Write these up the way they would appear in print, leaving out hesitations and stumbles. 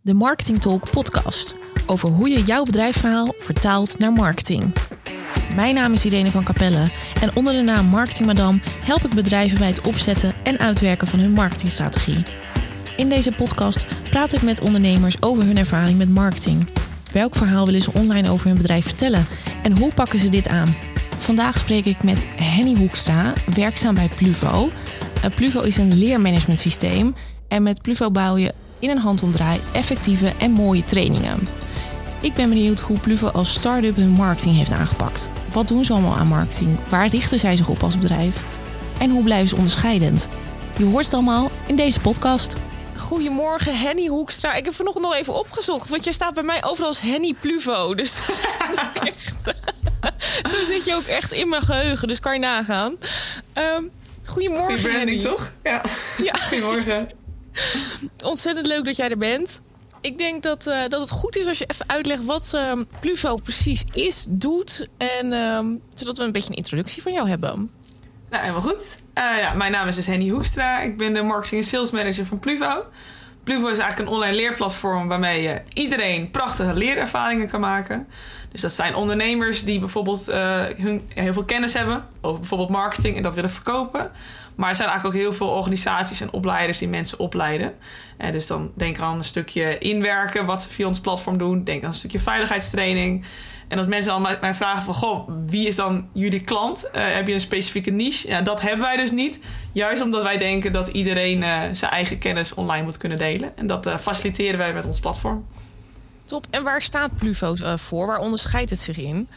de Marketing Talk podcast over hoe je jouw bedrijfsverhaal vertaalt naar marketing. Mijn naam is Irene van Capelle en onder de naam Marketing Madame help ik bedrijven bij het opzetten en uitwerken van hun marketingstrategie. In deze podcast praat ik met ondernemers over hun ervaring met marketing. Welk verhaal willen ze online over hun bedrijf vertellen en hoe pakken ze dit aan? Vandaag spreek ik met Henny Hoekstra, werkzaam bij Pluvo. Pluvo is een leermanagementsysteem en met Pluvo bouw je in een handomdraai effectieve en mooie trainingen. Ik ben benieuwd hoe Pluvo als start-up hun marketing heeft aangepakt. Wat doen ze allemaal aan marketing? Waar richten zij zich op als bedrijf? En hoe blijven ze onderscheidend? Je hoort het allemaal in deze podcast. Goedemorgen, Henny Hoekstra. Ik heb vanochtend nog even opgezocht, want jij staat bij mij overal als Henny Pluvo. Dus dat is echt... Zo zit je ook echt in mijn geheugen, dus kan je nagaan. Goedemorgen, Goeie branding, Henny. toch? Ja. Goedemorgen. Ontzettend leuk dat jij er bent. Ik denk dat het goed is als je even uitlegt wat Pluvo precies is, doet. En zodat we een beetje een introductie van jou hebben. Nou, helemaal goed. Mijn naam is dus Henny Hoekstra. Ik ben de marketing en sales manager van Pluvo. Pluvo is eigenlijk een online leerplatform waarmee je iedereen prachtige leerervaringen kan maken. Dus dat zijn ondernemers die bijvoorbeeld heel veel kennis hebben over bijvoorbeeld marketing en dat willen verkopen. Maar er zijn eigenlijk ook heel veel organisaties en opleiders die mensen opleiden. Dus dan denk aan een stukje inwerken wat ze via ons platform doen. Denk aan een stukje veiligheidstraining. En als mensen al mij vragen van, goh, wie is dan jullie klant? Heb je een specifieke niche? Ja, dat hebben wij dus niet. Juist omdat wij denken dat iedereen zijn eigen kennis online moet kunnen delen. En dat faciliteren wij met ons platform. Top. En waar staat Pluvo voor? Waar onderscheidt het zich in?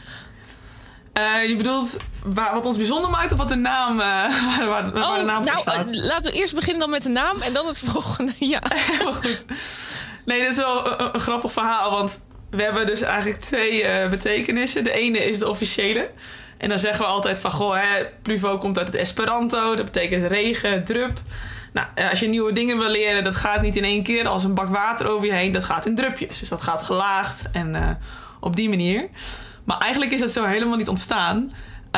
Je bedoelt wat ons bijzonder maakt of wat de naam, waar de naam voor staat? Laten we eerst beginnen dan met de naam en dan het volgende. Ja, helemaal goed. Nee, dat is wel een grappig verhaal, want we hebben dus eigenlijk twee betekenissen. De ene is de officiële. En dan zeggen we altijd van, goh, Pluvo komt uit het Esperanto. Dat betekent regen, drup. Nou, als je nieuwe dingen wil leren, dat gaat niet in één keer als een bak water over je heen. Dat gaat in drupjes. Dus dat gaat gelaagd en op die manier. Maar eigenlijk is dat zo helemaal niet ontstaan.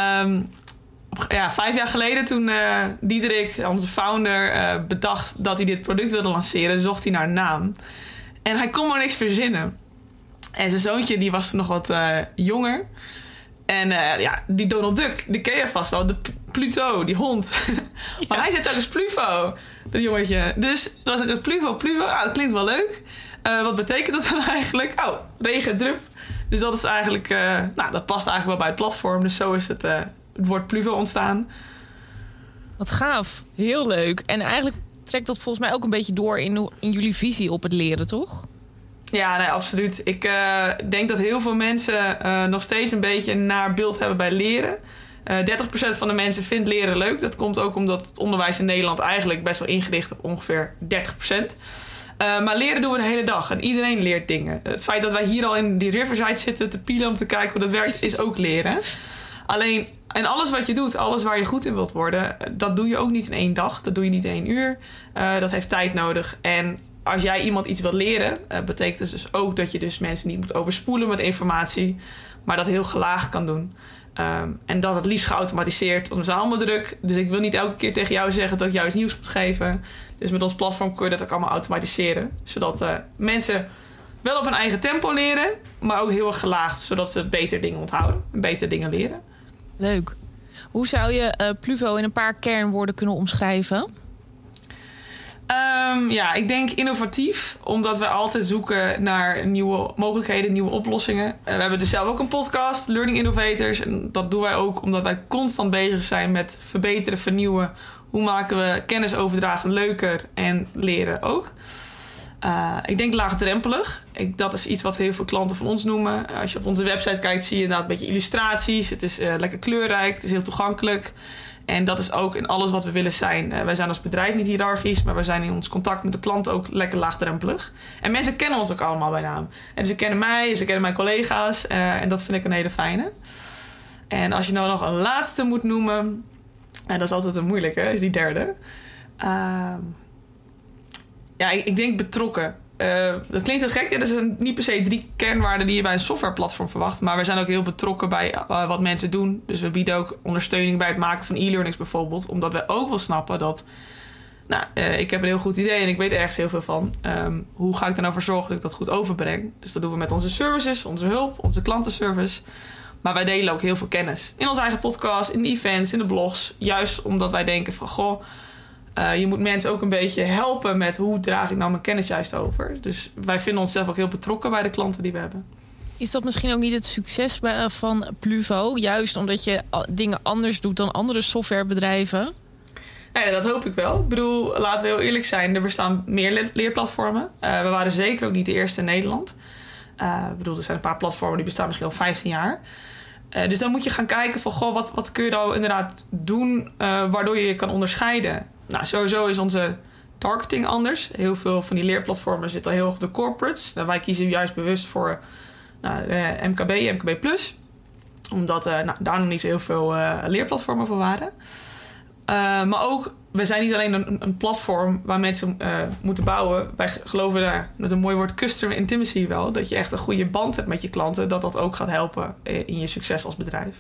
5 jaar geleden toen Diederik, onze founder, bedacht dat hij dit product wilde lanceren, zocht hij naar een naam. En hij kon maar niks verzinnen. En zijn zoontje die was nog wat jonger. En die Donald Duck, die ken je vast wel. De Pluto, die hond. Ja. Maar hij zei telkens Pluvo, dat jongetje. Dus dan was ik Pluvo. Dat klinkt wel leuk. Wat betekent dat dan eigenlijk? Oh, regen, drup. Dus dat is eigenlijk, dat past eigenlijk wel bij het platform. Dus zo is het woord Pluvo ontstaan. Wat gaaf. Heel leuk. En eigenlijk trekt dat volgens mij ook een beetje door in jullie visie op het leren, toch? Ja, nee, absoluut. Ik denk dat heel veel mensen nog steeds een beetje een naar beeld hebben bij leren. 30% van de mensen vindt leren leuk. Dat komt ook omdat het onderwijs in Nederland eigenlijk best wel ingericht op ongeveer 30%. Maar leren doen we de hele dag en iedereen leert dingen. Het feit dat wij hier al in die Riverside zitten te pielen om te kijken hoe dat werkt, is ook leren. Alleen, en alles wat je doet, alles waar je goed in wilt worden, dat doe je ook niet in 1 dag. Dat doe je niet in 1 uur. Dat heeft tijd nodig. En als jij iemand iets wil leren, betekent het dus ook dat je dus mensen niet moet overspoelen met informatie, maar dat heel gelaagd kan doen. En dat het liefst geautomatiseerd, want we zijn allemaal druk. Dus ik wil niet elke keer tegen jou zeggen dat ik jou iets nieuws moet geven. Dus met ons platform kun je dat ook allemaal automatiseren. Zodat mensen wel op hun eigen tempo leren, maar ook heel erg gelaagd, zodat ze beter dingen onthouden en beter dingen leren. Leuk. Hoe zou je Pluvo in een paar kernwoorden kunnen omschrijven? Ik denk innovatief, omdat we altijd zoeken naar nieuwe mogelijkheden, nieuwe oplossingen. We hebben dus zelf ook een podcast, Learning Innovators. En dat doen wij ook omdat wij constant bezig zijn met verbeteren, vernieuwen. Hoe maken we kennis overdragen leuker en leren ook. Ik denk laagdrempelig. Dat is iets wat heel veel klanten van ons noemen. Als je op onze website kijkt, zie je inderdaad een beetje illustraties. Het is lekker kleurrijk, het is heel toegankelijk. En dat is ook in alles wat we willen zijn. Wij zijn als bedrijf niet hiërarchisch, maar wij zijn in ons contact met de klant ook lekker laagdrempelig. En mensen kennen ons ook allemaal bij naam. En ze kennen mij, ze kennen mijn collega's. En dat vind ik een hele fijne. En als je nou nog een laatste moet noemen, dat is altijd een moeilijke, is die derde. Ik denk betrokken. Dat klinkt heel gek. Dat zijn niet per se 3 kernwaarden die je bij een softwareplatform verwacht. Maar we zijn ook heel betrokken bij wat mensen doen. Dus we bieden ook ondersteuning bij het maken van e-learnings bijvoorbeeld. Omdat we ook wel snappen dat Nou, ik heb een heel goed idee en ik weet ergens heel veel van. Hoe ga ik er nou voor zorgen dat ik dat goed overbreng? Dus dat doen we met onze services, onze hulp, onze klantenservice. Maar wij delen ook heel veel kennis. In onze eigen podcast, in de events, in de blogs. Juist omdat wij denken van, goh, je moet mensen ook een beetje helpen met hoe draag ik nou mijn kennis juist over. Dus wij vinden onszelf ook heel betrokken bij de klanten die we hebben. Is dat misschien ook niet het succes van Pluvo? Juist omdat je dingen anders doet dan andere softwarebedrijven? Ja, dat hoop ik wel. Ik bedoel, laten we heel eerlijk zijn. Er bestaan meer leerplatformen. We waren zeker ook niet de eerste in Nederland. Ik bedoel, er zijn een paar platformen die bestaan misschien al 15 jaar. Dus dan moet je gaan kijken van, goh, wat kun je nou inderdaad doen waardoor je je kan onderscheiden. Nou, sowieso is onze targeting anders. Heel veel van die leerplatformen zitten al heel erg op de corporates. Wij kiezen juist bewust voor MKB, MKB+. Omdat daar nog niet zo heel veel leerplatformen voor waren. Maar ook, we zijn niet alleen een platform waar mensen moeten bouwen. Wij geloven daar, met een mooi woord, customer intimacy wel. Dat je echt een goede band hebt met je klanten. Dat ook gaat helpen in je succes als bedrijf.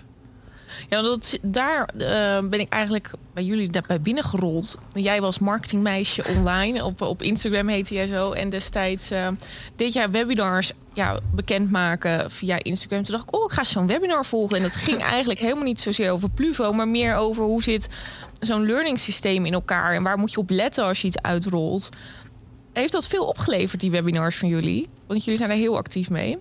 Ja, daar ben ik eigenlijk bij jullie bij binnengerold. Jij was marketingmeisje online. Op Instagram heette jij zo. En destijds deed jij webinars bekendmaken via Instagram. Toen dacht ik, ik ga zo'n webinar volgen. En dat ging eigenlijk helemaal niet zozeer over Pluvo, maar meer over hoe zit zo'n learning systeem in elkaar. En waar moet je op letten als je iets uitrolt. Heeft dat veel opgeleverd, die webinars van jullie? Want jullie zijn er heel actief mee.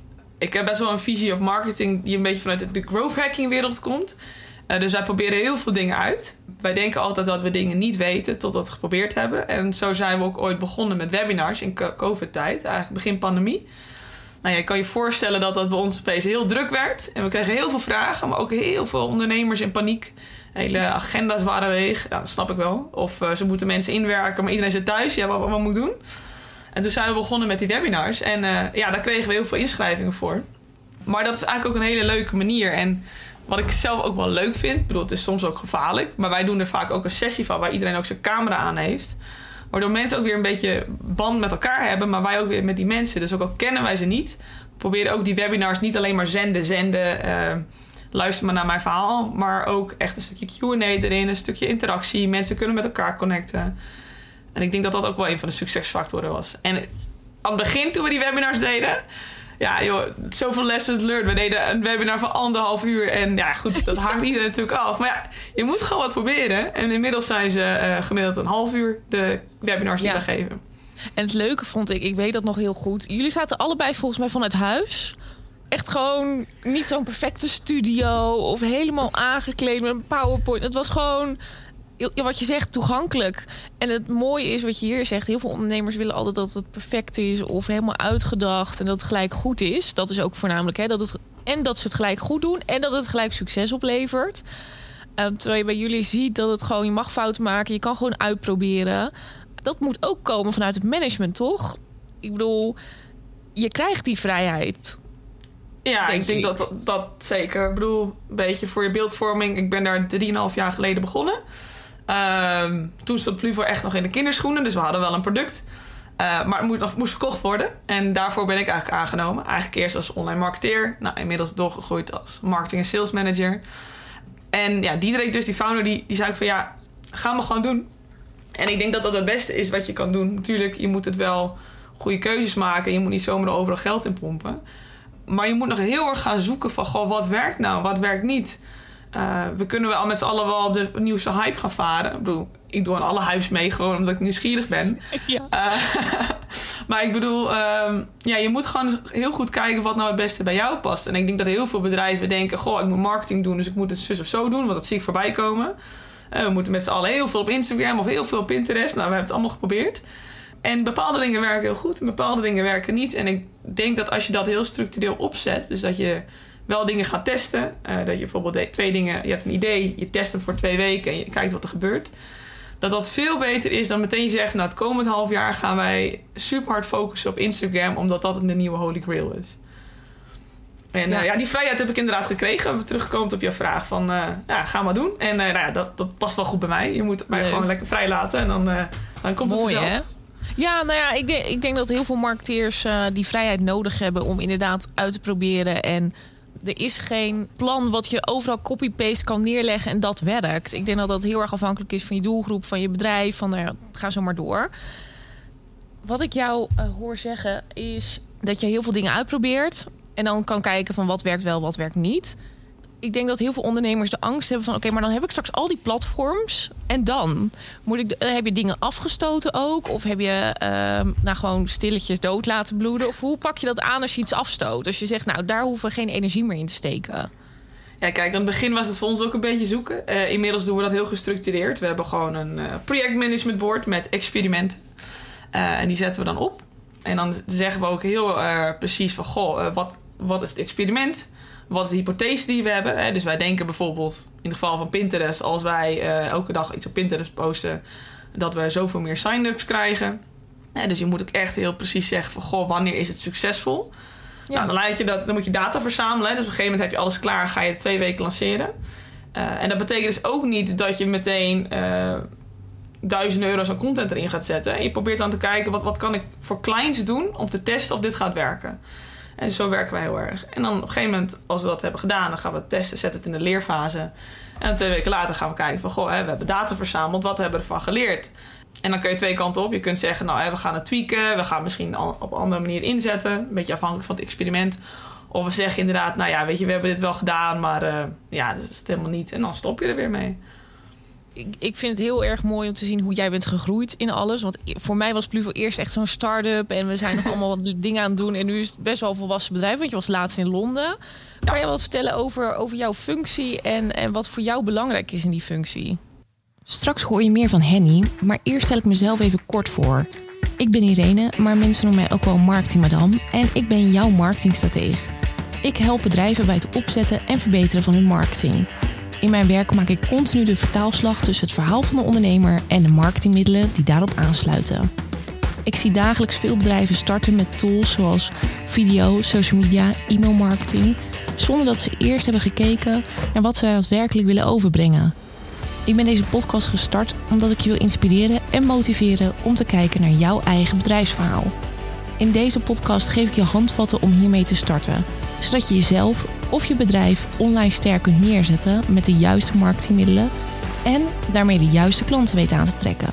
Ik heb best wel een visie op marketing die een beetje vanuit de growth hacking wereld komt. Dus wij proberen heel veel dingen uit. Wij denken altijd dat we dingen niet weten totdat we het geprobeerd hebben. En zo zijn we ook ooit begonnen met webinars in COVID-tijd. Eigenlijk begin pandemie. Nou, je kan je voorstellen dat dat bij ons opeens heel druk werd. En we kregen heel veel vragen, maar ook heel veel ondernemers in paniek. Hele agenda's waren leeg. Ja, dat snap ik wel. Of ze moeten mensen inwerken, maar iedereen zit thuis. Ja, wat moet ik doen? En toen zijn we begonnen met die webinars. En daar kregen we heel veel inschrijvingen voor. Maar dat is eigenlijk ook een hele leuke manier. En wat ik zelf ook wel leuk vind. Ik bedoel, het is soms ook gevaarlijk. Maar wij doen er vaak ook een sessie van waar iedereen ook zijn camera aan heeft. Waardoor mensen ook weer een beetje band met elkaar hebben. Maar wij ook weer met die mensen. Dus ook al kennen wij ze niet. We proberen ook die webinars niet alleen maar zenden. Luister maar naar mijn verhaal. Maar ook echt een stukje Q&A erin. Een stukje interactie. Mensen kunnen met elkaar connecten. En ik denk dat dat ook wel een van de succesfactoren was. En aan het begin, toen we die webinars deden, ja joh, zoveel lessons learned. We deden een webinar van 1,5 uur. En ja goed, dat haakt iedereen natuurlijk af. Maar ja, je moet gewoon wat proberen. En inmiddels zijn ze gemiddeld een half uur de webinars die we geven. En het leuke vond ik weet dat nog heel goed. Jullie zaten allebei volgens mij vanuit huis. Echt gewoon niet zo'n perfecte studio of helemaal aangekleed met een PowerPoint. Het was gewoon, wat je zegt, toegankelijk. En het mooie is wat je hier zegt. Heel veel ondernemers willen altijd dat het perfect is of helemaal uitgedacht en dat het gelijk goed is. Dat is ook voornamelijk, hè, dat ze het gelijk goed doen en dat het gelijk succes oplevert. Terwijl je bij jullie ziet dat het gewoon, je mag fouten maken, je kan gewoon uitproberen. Dat moet ook komen vanuit het management, toch? Ik bedoel, je krijgt die vrijheid. Ja, ik denk dat zeker. Ik bedoel, een beetje voor je beeldvorming. Ik ben daar 3,5 jaar geleden begonnen. Toen stond Pluvo echt nog in de kinderschoenen. Dus we hadden wel een product. Maar het moest verkocht worden. En daarvoor ben ik eigenlijk aangenomen. Eigenlijk eerst als online marketeer. Nou, inmiddels doorgegroeid als marketing en sales manager. En ja, Diederik, dus die founder, die zei van ja, ga maar gewoon doen. En ik denk dat dat het beste is wat je kan doen. Natuurlijk, je moet het wel goede keuzes maken. Je moet niet zomaar overal geld in pompen. Maar je moet nog heel erg gaan zoeken van, goh, wat werkt nou, wat werkt niet. We kunnen wel met z'n allen wel op de nieuwste hype gaan varen. Ik bedoel, ik doe aan alle hypes mee, gewoon omdat ik nieuwsgierig ben. Ja. Maar ik bedoel, je moet gewoon heel goed kijken wat nou het beste bij jou past. En ik denk dat heel veel bedrijven denken, goh, ik moet marketing doen, dus ik moet het zus of zo doen, want dat zie ik voorbij komen. We moeten met z'n allen heel veel op Instagram of heel veel op Pinterest. Nou, we hebben het allemaal geprobeerd. En bepaalde dingen werken heel goed en bepaalde dingen werken niet. En ik denk dat als je dat heel structureel opzet, dus dat je wel dingen gaat testen. Dat je bijvoorbeeld 2 dingen, je hebt een idee, je test hem voor 2 weken en je kijkt wat er gebeurt. Dat veel beter is dan meteen zeggen, nou, het komend half jaar gaan wij super hard focussen op Instagram, omdat dat de nieuwe holy grail is. En die vrijheid heb ik inderdaad gekregen. Terugkomend op jouw vraag van, ga maar doen. En dat past wel goed bij mij. Je moet mij gewoon lekker vrij laten en dan komt het mooi, vanzelf. Hè? Ja, nou ja, ik denk dat heel veel marketeers die vrijheid nodig hebben om inderdaad uit te proberen en Er is geen plan wat je overal copy-paste kan neerleggen en dat werkt. Ik denk dat dat heel erg afhankelijk is van je doelgroep, van je bedrijf. Ga zo maar door. Wat ik jou hoor zeggen is dat je heel veel dingen uitprobeert. En dan kan kijken van wat werkt wel, wat werkt niet. Ik denk dat heel veel ondernemers de angst hebben van... oké, maar dan heb ik straks al die platforms. En dan? Heb je dingen afgestoten ook? Of heb je gewoon stilletjes dood laten bloeden? Of hoe pak je dat aan als je iets afstoot? Als je zegt, nou, daar hoeven we geen energie meer in te steken. Ja, kijk, aan het begin was het voor ons ook een beetje zoeken. Inmiddels doen we dat heel gestructureerd. We hebben gewoon een projectmanagementboard met experimenten. En die zetten we dan op. En dan zeggen we ook heel precies van... wat is het experiment? Wat is de hypothese die we hebben? Hè? Dus wij denken bijvoorbeeld, in het geval van Pinterest... als wij elke dag iets op Pinterest posten... dat we zoveel meer sign-ups krijgen. Dus je moet ook echt heel precies zeggen van... wanneer is het succesvol? Ja. Nou, dan moet je data verzamelen. Hè? Dus op een gegeven moment heb je alles klaar... ga je het 2 weken lanceren. En dat betekent dus ook niet dat je meteen... €1000 aan content erin gaat zetten. En je probeert dan te kijken... wat kan ik voor kleins doen om te testen of dit gaat werken. En zo werken wij heel erg. En dan op een gegeven moment, als we dat hebben gedaan... dan gaan we het testen, zetten het in de leerfase. En dan 2 weken later gaan we kijken van... we hebben data verzameld, wat hebben we ervan geleerd? En dan kun je 2 kanten op. Je kunt zeggen, nou, we gaan het tweaken. We gaan misschien op een andere manier inzetten. Een beetje afhankelijk van het experiment. Of we zeggen inderdaad, nou ja, weet je, we hebben dit wel gedaan... maar dat is het helemaal niet. En dan stop je er weer mee. Ik vind het heel erg mooi om te zien hoe jij bent gegroeid in alles. Want voor mij was Pluvo eerst echt zo'n start-up. En we zijn nog allemaal dingen aan het doen. En nu is het best wel een volwassen bedrijf. Want je was laatst in Londen. Ja. Kan je wat vertellen over jouw functie en wat voor jou belangrijk is in die functie? Straks hoor je meer van Henny. Maar eerst stel ik mezelf even kort voor. Ik ben Irene, maar mensen noemen mij ook wel marketingmadam. En ik ben jouw marketingstrateeg. Ik help bedrijven bij het opzetten en verbeteren van hun marketing. In mijn werk maak ik continu de vertaalslag tussen het verhaal van de ondernemer en de marketingmiddelen die daarop aansluiten. Ik zie dagelijks veel bedrijven starten met tools zoals video, social media, e-mailmarketing, zonder dat ze eerst hebben gekeken naar wat ze daadwerkelijk willen overbrengen. Ik ben deze podcast gestart omdat ik je wil inspireren en motiveren om te kijken naar jouw eigen bedrijfsverhaal. In deze podcast geef ik je handvatten om hiermee te starten, zodat je jezelf of je bedrijf online sterk kunt neerzetten met de juiste marketingmiddelen en daarmee de juiste klanten weet aan te trekken.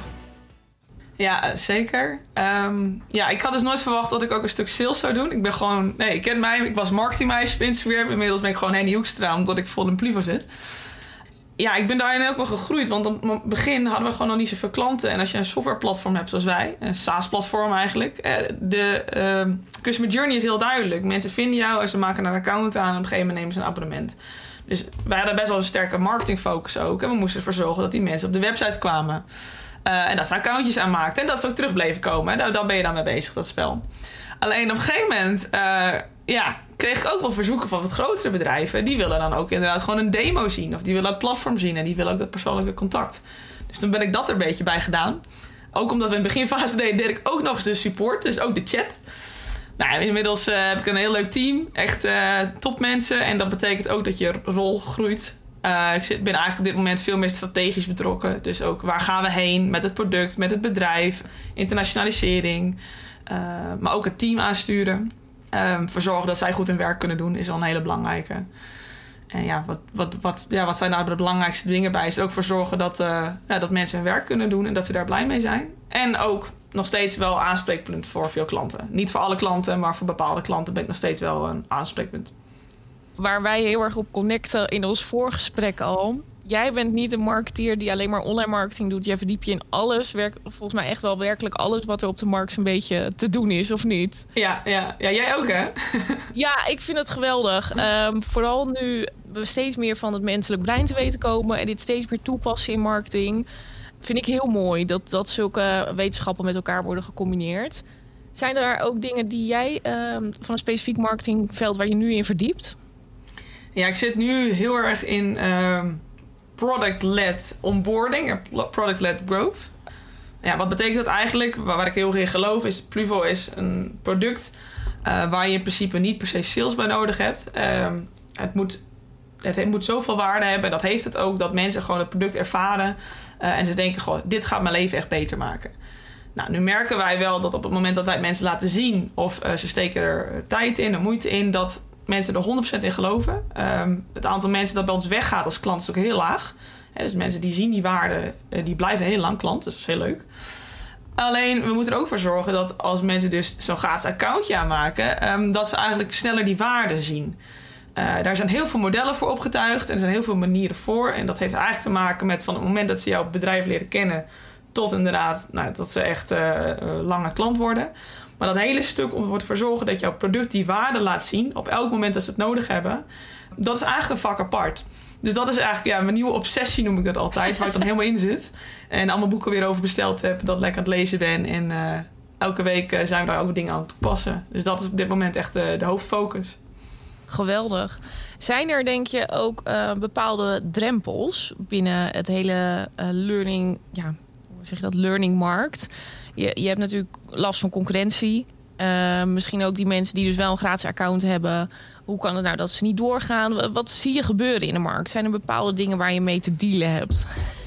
Ja, zeker. Ik had dus nooit verwacht dat ik ook een stuk sales zou doen. Je kent mij, ik was marketingmeisje op Instagram. Inmiddels ben ik gewoon Henny Hoekstra, omdat ik vol in Pluvo zit. Ja, ik ben daarin ook wel gegroeid, want aan het begin hadden we gewoon nog niet zoveel klanten. En als je een softwareplatform hebt zoals wij, een SaaS-platform eigenlijk, de customer journey is heel duidelijk. Mensen vinden jou en ze maken een account aan en op een gegeven moment nemen ze een abonnement. Dus wij hadden best wel een sterke marketingfocus ook. En we moesten ervoor zorgen dat die mensen op de website kwamen. En dat ze accountjes aanmaakten en dat ze ook terug bleven komen. Hè. Daar ben je dan mee bezig, dat spel. Alleen op een gegeven moment kreeg ik ook wel verzoeken van wat grotere bedrijven. Die willen dan ook inderdaad gewoon een demo zien. Of die willen het platform zien en die willen ook dat persoonlijke contact. Dus toen ben ik dat er een beetje bij gedaan. Ook omdat we in de beginfase deed ik ook nog eens de support. Dus ook de chat. Nou, inmiddels heb ik een heel leuk team. Echt topmensen. En dat betekent ook dat je rol groeit. Ik ben eigenlijk op dit moment veel meer strategisch betrokken. Dus ook waar gaan we heen met het product, met het bedrijf. Internationalisering. Maar ook het team aansturen. Voor zorgen dat zij goed hun werk kunnen doen is wel een hele belangrijke. En ja, wat zijn nou de belangrijkste dingen bij? Is er ook voor zorgen dat mensen hun werk kunnen doen en dat ze daar blij mee zijn. En ook nog steeds wel aanspreekpunt voor veel klanten. Niet voor alle klanten, maar voor bepaalde klanten ben ik nog steeds wel een aanspreekpunt. Waar wij heel erg op connecten in ons voorgesprek al. Jij bent niet een marketeer die alleen maar online marketing doet. Jij verdiept je in alles. Volgens mij echt wel werkelijk alles wat er op de markt zo'n beetje te doen is, of niet? Ja, jij ook, hè? Ja, ik vind het geweldig. Vooral nu we steeds meer van het menselijk brein te weten komen en dit steeds meer toepassen in marketing, vind ik heel mooi dat zulke wetenschappen met elkaar worden gecombineerd. Zijn er ook dingen die jij van een specifiek marketingveld waar je nu in verdiept? Ja, ik zit nu heel erg in product-led onboarding en product-led growth. Ja, wat betekent dat eigenlijk? Waar ik heel erg in geloof is, Pluvo is een product waar je in principe niet per se sales bij nodig hebt. Het moet zoveel waarde hebben, en dat heeft het ook, dat mensen gewoon het product ervaren en ze denken gewoon, dit gaat mijn leven echt beter maken. Nou, nu merken wij wel dat op het moment dat wij het mensen laten zien of ze steken er tijd in en moeite in, dat mensen er 100% in geloven. Het aantal mensen dat bij ons weggaat als klant is ook heel laag. Dus mensen die zien die waarde, die blijven heel lang klant. Dus dat is heel leuk. Alleen, we moeten er ook voor zorgen dat als mensen dus zo'n gratis accountje aanmaken, dat ze eigenlijk sneller die waarde zien. Daar zijn heel veel modellen voor opgetuigd en er zijn heel veel manieren voor. En dat heeft eigenlijk te maken met van het moment dat ze jouw bedrijf leren kennen tot inderdaad dat ze echt lange klant worden. Maar dat hele stuk om ervoor te zorgen dat jouw product die waarde laat zien op elk moment dat ze het nodig hebben, dat is eigenlijk een vak apart. Dus dat is eigenlijk mijn nieuwe obsessie, noem ik dat altijd, waar ik dan helemaal in zit. En allemaal boeken weer over besteld heb, dat lekker aan het lezen ben. En elke week zijn we daar ook dingen aan het toepassen. Dus dat is op dit moment echt de hoofdfocus. Geweldig. Zijn er, denk je, ook bepaalde drempels binnen het hele learning, hoe zeg je dat, learningmarkt? Je hebt natuurlijk last van concurrentie. Misschien ook die mensen die dus wel een gratis account hebben. Hoe kan het nou dat ze niet doorgaan? Wat zie je gebeuren in de markt? Zijn er bepaalde dingen waar je mee te dealen hebt?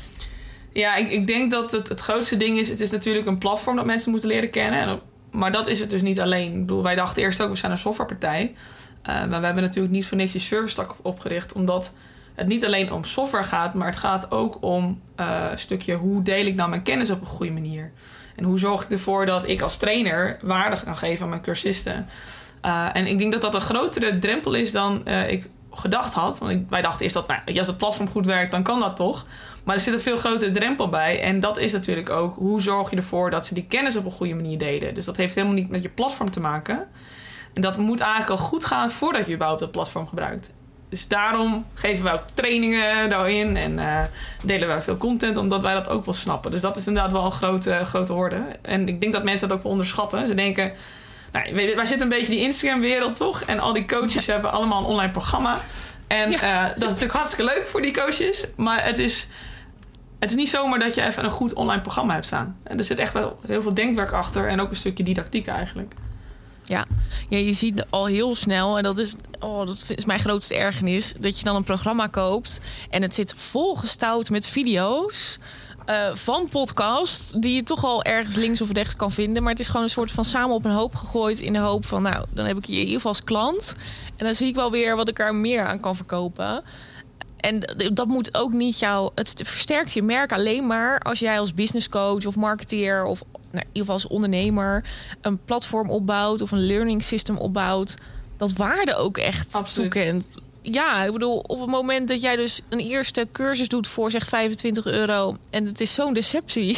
Ja, ik denk dat het grootste ding is, het is natuurlijk een platform dat mensen moeten leren kennen. Maar dat is het dus niet alleen. Ik bedoel, wij dachten eerst ook, we zijn een softwarepartij. Maar we hebben natuurlijk niet voor niks die service tak opgericht. Omdat het niet alleen om software gaat, maar het gaat ook om een stukje hoe deel ik nou mijn kennis op een goede manier. En hoe zorg ik ervoor dat ik als trainer waarde kan geven aan mijn cursisten. En ik denk dat dat een grotere drempel is dan ik gedacht had. Want wij dachten eerst dat als het platform goed werkt, dan kan dat toch. Maar er zit een veel grotere drempel bij. En dat is natuurlijk ook, hoe zorg je ervoor dat ze die kennis op een goede manier delen. Dus dat heeft helemaal niet met je platform te maken. En dat moet eigenlijk al goed gaan voordat je überhaupt het platform gebruikt. Dus daarom geven wij ook trainingen daarin en delen wij veel content, omdat wij dat ook wel snappen. Dus dat is inderdaad wel een grote horde. En ik denk dat mensen dat ook wel onderschatten. Ze denken, wij zitten een beetje in die Instagram-wereld, toch? En al die coaches hebben allemaal een online programma. En dat is natuurlijk hartstikke leuk voor die coaches. Maar het is niet zomaar dat je even een goed online programma hebt staan. En er zit echt wel heel veel denkwerk achter en ook een stukje didactiek eigenlijk. Ja, je ziet al heel snel, en dat is mijn grootste ergernis, dat je dan een programma koopt en het zit volgestouwd met video's van podcast die je toch al ergens links of rechts kan vinden. Maar het is gewoon een soort van samen op een hoop gegooid in de hoop van, dan heb ik je in ieder geval als klant. En dan zie ik wel weer wat ik er meer aan kan verkopen. En dat moet ook niet het versterkt je merk alleen maar als jij als business coach of marketeer of in ieder geval als ondernemer een platform opbouwt of een learning system opbouwt, dat waarde ook echt toekent. Ja, ik bedoel, op het moment dat jij dus een eerste cursus doet voor zeg €25 en het is zo'n deceptie,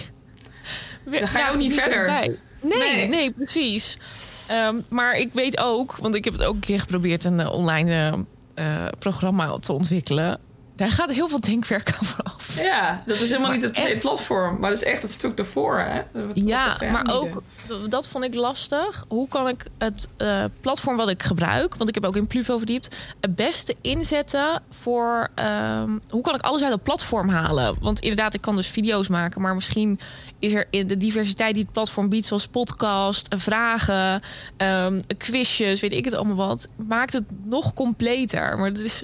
dan ga je ook niet verder. Nee, precies. Maar ik weet ook, want ik heb het ook een keer geprobeerd een online programma te ontwikkelen. Daar gaat heel veel denkwerk aan vooraf. Ja, dat is helemaal niet het platform. Maar dat is echt het stuk daarvoor. Hè? Maar ook, dat vond ik lastig. Hoe kan ik het platform wat ik gebruik, want ik heb ook in Pluvo verdiept, het beste inzetten voor hoe kan ik alles uit het platform halen? Want inderdaad, ik kan dus video's maken, maar misschien is er in de diversiteit die het platform biedt, zoals podcast, vragen, quizjes, weet ik het allemaal wat, maakt het nog completer. Maar het is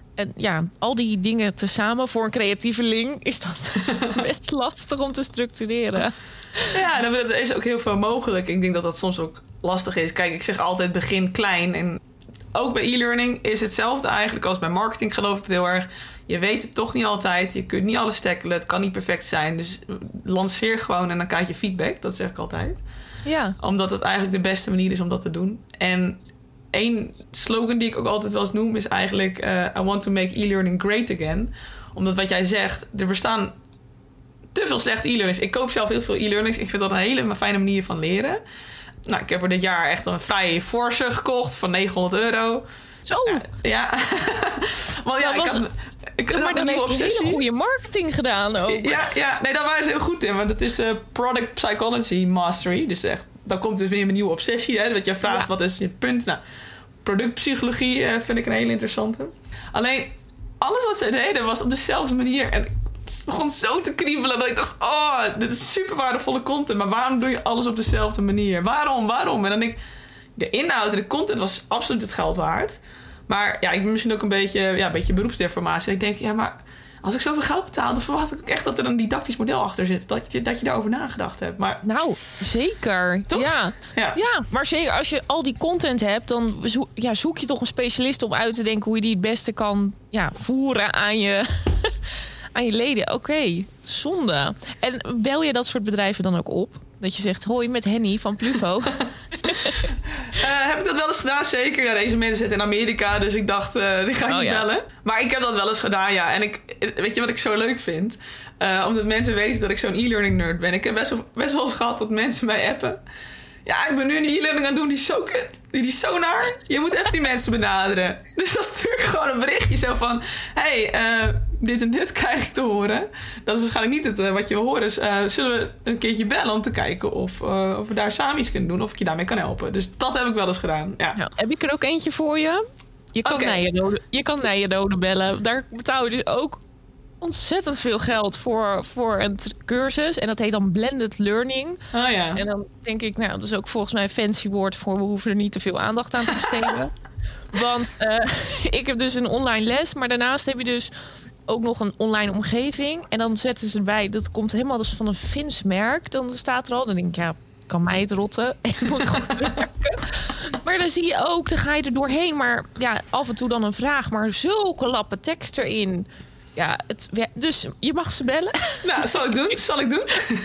al die dingen tezamen voor een creatieveling is dat best lastig om te structureren. Ja, er is ook heel veel mogelijk. Ik denk dat dat soms ook lastig is. Kijk, ik zeg altijd begin klein. En ook bij e-learning is hetzelfde eigenlijk als bij marketing, geloof ik het heel erg. Je weet het toch niet altijd. Je kunt niet alles tackelen. Het kan niet perfect zijn. Dus lanceer gewoon en dan krijg je feedback. Dat zeg ik altijd. Ja. Omdat het eigenlijk de beste manier is om dat te doen. En één slogan die ik ook altijd wel eens noem is eigenlijk I want to make e-learning great again. Omdat wat jij zegt, er bestaan te veel slechte e-learnings. Ik koop zelf heel veel e-learnings. Ik vind dat een hele fijne manier van leren. Ik heb er dit jaar echt een vrij forse gekocht van €900. Zo. Ja. Maar maar dan heeft je hele goede marketing gedaan ook. Ja. Nee, daar waren ze heel goed in. Want het is Product Psychology Mastery. Dus echt, dan komt dus weer een nieuwe obsessie. Hè, wat jij vraagt, wat is je punt? Productpsychologie vind ik een hele interessante. Alleen, alles wat ze deden was op dezelfde manier. En het begon zo te kriebelen dat ik dacht, dit is super waardevolle content. Maar waarom doe je alles op dezelfde manier? Waarom? En dan denk ik, de inhoud en de content was absoluut het geld waard. Maar ik ben misschien ook een beetje beroepsdeformatie. Ik denk, maar als ik zoveel geld betaal, dan verwacht ik ook echt dat er een didactisch model achter zit. Dat je daarover nagedacht hebt. Maar, nou, zeker. toch? Ja, maar zeker als je al die content hebt, dan zoek je toch een specialist om uit te denken hoe je die het beste kan voeren aan je, aan je leden. Oké, zonde. En bel je dat soort bedrijven dan ook op? Dat je zegt, hoi, met Henny van Plufo. Heb ik dat wel eens gedaan? Zeker. Ja, deze mensen zitten in Amerika, dus ik dacht, die ga ik niet bellen. Maar ik heb dat wel eens gedaan, ja. En weet je wat ik zo leuk vind? Omdat mensen weten dat ik zo'n e-learning nerd ben. Ik heb best wel eens gehad dat mensen mij appen. Ja, ik ben nu een e-learning aan het doen, die is zo kut. Die is zo naar. Je moet echt die mensen benaderen. Dus dan stuur ik gewoon een berichtje zo van... Hey, dit en dit krijg ik te horen. Dat is waarschijnlijk niet wat je wil horen. Dus zullen we een keertje bellen om te kijken of we daar samen iets kunnen doen. Of ik je daarmee kan helpen. Dus dat heb ik wel eens gedaan. Ja. Nou, heb ik er ook eentje voor je? Je kan Nijrode bellen. Daar betaal je dus ook ontzettend veel geld voor een cursus. En dat heet dan blended learning. Oh ja. En dan denk ik, nou, dat is ook volgens mij een fancy woord voor... we hoeven er niet te veel aandacht aan te besteden. Want ik heb dus een online les, maar daarnaast heb je dus ook nog een online omgeving. En dan zetten ze erbij, dat komt helemaal dus van een Fins merk. Dan staat er al, dan denk ik, ja, kan mij het rotten. Ik moet goed werken. Maar dan zie je ook, dan ga je er doorheen. Maar ja, af en toe dan een vraag, maar zulke lappen tekst erin... Ja, dus je mag ze bellen. Nou, zal ik doen.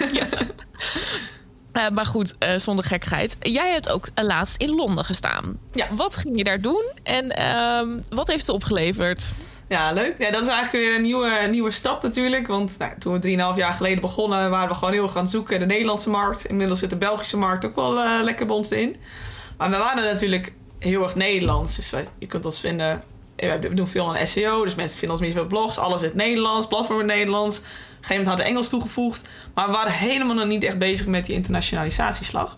Ja. Maar goed, zonder gekheid. Jij hebt ook laatst in Londen gestaan. Ja. Wat ging je daar doen en wat heeft het opgeleverd? Ja, leuk. Ja, dat is eigenlijk weer een nieuwe stap natuurlijk. Want toen we 3,5 jaar geleden begonnen... waren we gewoon heel gaan zoeken. De Nederlandse markt. Inmiddels zit de Belgische markt ook wel lekker bij ons in. Maar we waren natuurlijk heel erg Nederlands. Dus je kunt ons vinden... We doen veel aan SEO, dus mensen vinden ons meer veel blogs. Alles in het Nederlands, platform in het Nederlands. Op een gegeven moment hadden we Engels toegevoegd. Maar we waren helemaal nog niet echt bezig met die internationalisatieslag.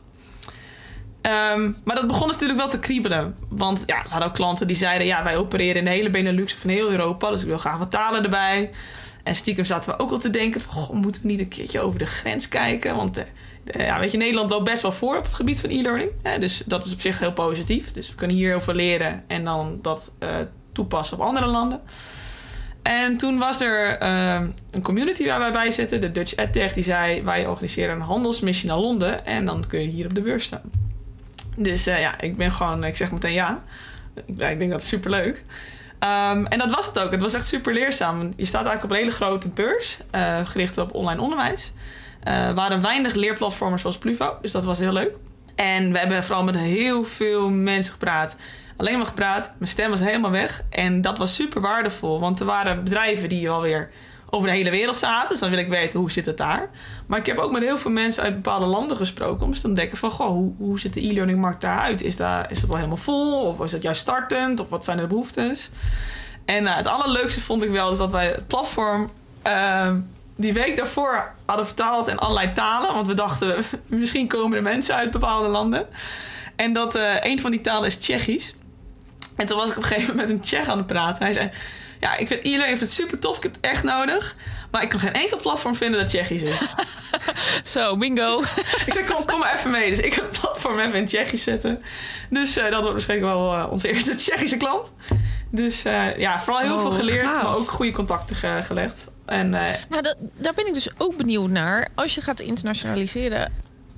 Maar dat begon natuurlijk wel te kriebelen. Want we hadden ook klanten die zeiden... ja, wij opereren in de hele Benelux of in heel Europa... dus ik wil graag wat talen erbij. En stiekem zaten we ook al te denken van... goh, moeten we niet een keertje over de grens kijken? Want weet je, Nederland loopt best wel voor op het gebied van e-learning. Dus dat is op zich heel positief. Dus we kunnen hier heel veel leren en dan dat... toepassen op andere landen. En toen was er een community waar wij bij zitten, de Dutch EdTech, die zei: wij organiseren een handelsmissie naar Londen en dan kun je hier op de beurs staan. Dus ik zeg meteen ja. Ik denk dat is superleuk. En dat was het ook. Het was echt super leerzaam. Je staat eigenlijk op een hele grote beurs, gericht op online onderwijs. Er waren weinig leerplatformen zoals Plufo, dus dat was heel leuk. En we hebben vooral met heel veel mensen gepraat. Alleen maar gepraat. Mijn stem was helemaal weg. En dat was super waardevol. Want er waren bedrijven die alweer over de hele wereld zaten. Dus dan wil ik weten, hoe zit het daar? Maar ik heb ook met heel veel mensen uit bepaalde landen gesproken. Om te ontdekken van, goh, hoe ziet de e-learning markt daaruit? Is het al helemaal vol? Of is het juist startend? Of wat zijn de behoeftes? En het allerleukste vond ik wel... is dat wij het platform... die week daarvoor hadden vertaald in allerlei talen. Want we dachten, misschien komen er mensen uit bepaalde landen. En dat een van die talen is Tsjechisch. En toen was ik op een gegeven moment met een Tsjech aan het praten. Hij zei, ja, ik vind e-learning super tof. Ik heb het echt nodig. Maar ik kan geen enkel platform vinden dat Tsjechisch is. Zo, bingo. Ik zei, kom maar even mee. Dus ik heb het platform even in Tsjechisch zetten. Dus dat wordt waarschijnlijk wel onze eerste Tsjechische klant. Dus vooral heel veel geleerd. Gaaf. Maar ook goede contacten gelegd. En, daar ben ik dus ook benieuwd naar. Als je gaat internationaliseren...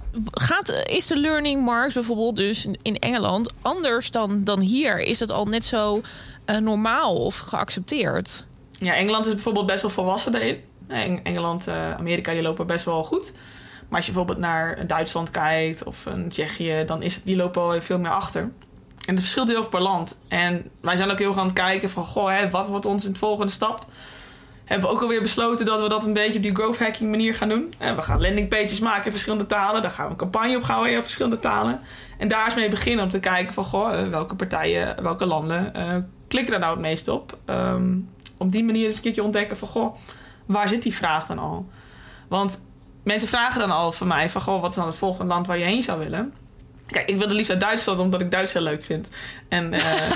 is de learning markt bijvoorbeeld dus in Engeland anders dan hier? Is het al net zo normaal of geaccepteerd? Ja, Engeland is bijvoorbeeld best wel volwassen daarin. Engeland, Amerika, die lopen best wel goed. Maar als je bijvoorbeeld naar Duitsland kijkt of een Tsjechië... dan die lopen al veel meer achter. En het verschilt heel erg per land. En wij zijn ook heel gaan kijken van... goh, wat wordt ons in de volgende stap? Hebben we ook alweer besloten dat we dat een beetje op die growth hacking manier gaan doen. En we gaan landingpages maken in verschillende talen. Daar gaan we een campagne op houden in verschillende talen. En daar eens mee beginnen om te kijken van... welke partijen, welke landen klikken er nou het meest op. Op die manier eens een keertje ontdekken van... waar zit die vraag dan al? Want mensen vragen dan al van mij van... wat is dan het volgende land waar je heen zou willen? Kijk, ik wilde liefst uit Duitsland, omdat ik Duits heel leuk vind. En,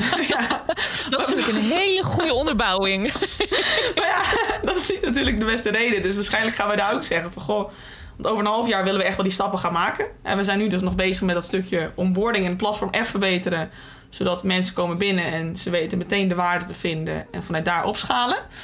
dat vind ik een hele goede onderbouwing. Maar ja, dat is niet natuurlijk de beste reden. Dus waarschijnlijk gaan wij daar ook zeggen van... want over een half jaar willen we echt wel die stappen gaan maken. En we zijn nu dus nog bezig met dat stukje onboarding en het platform echt verbeteren. Zodat mensen komen binnen en ze weten meteen de waarde te vinden. En vanuit daar opschalen.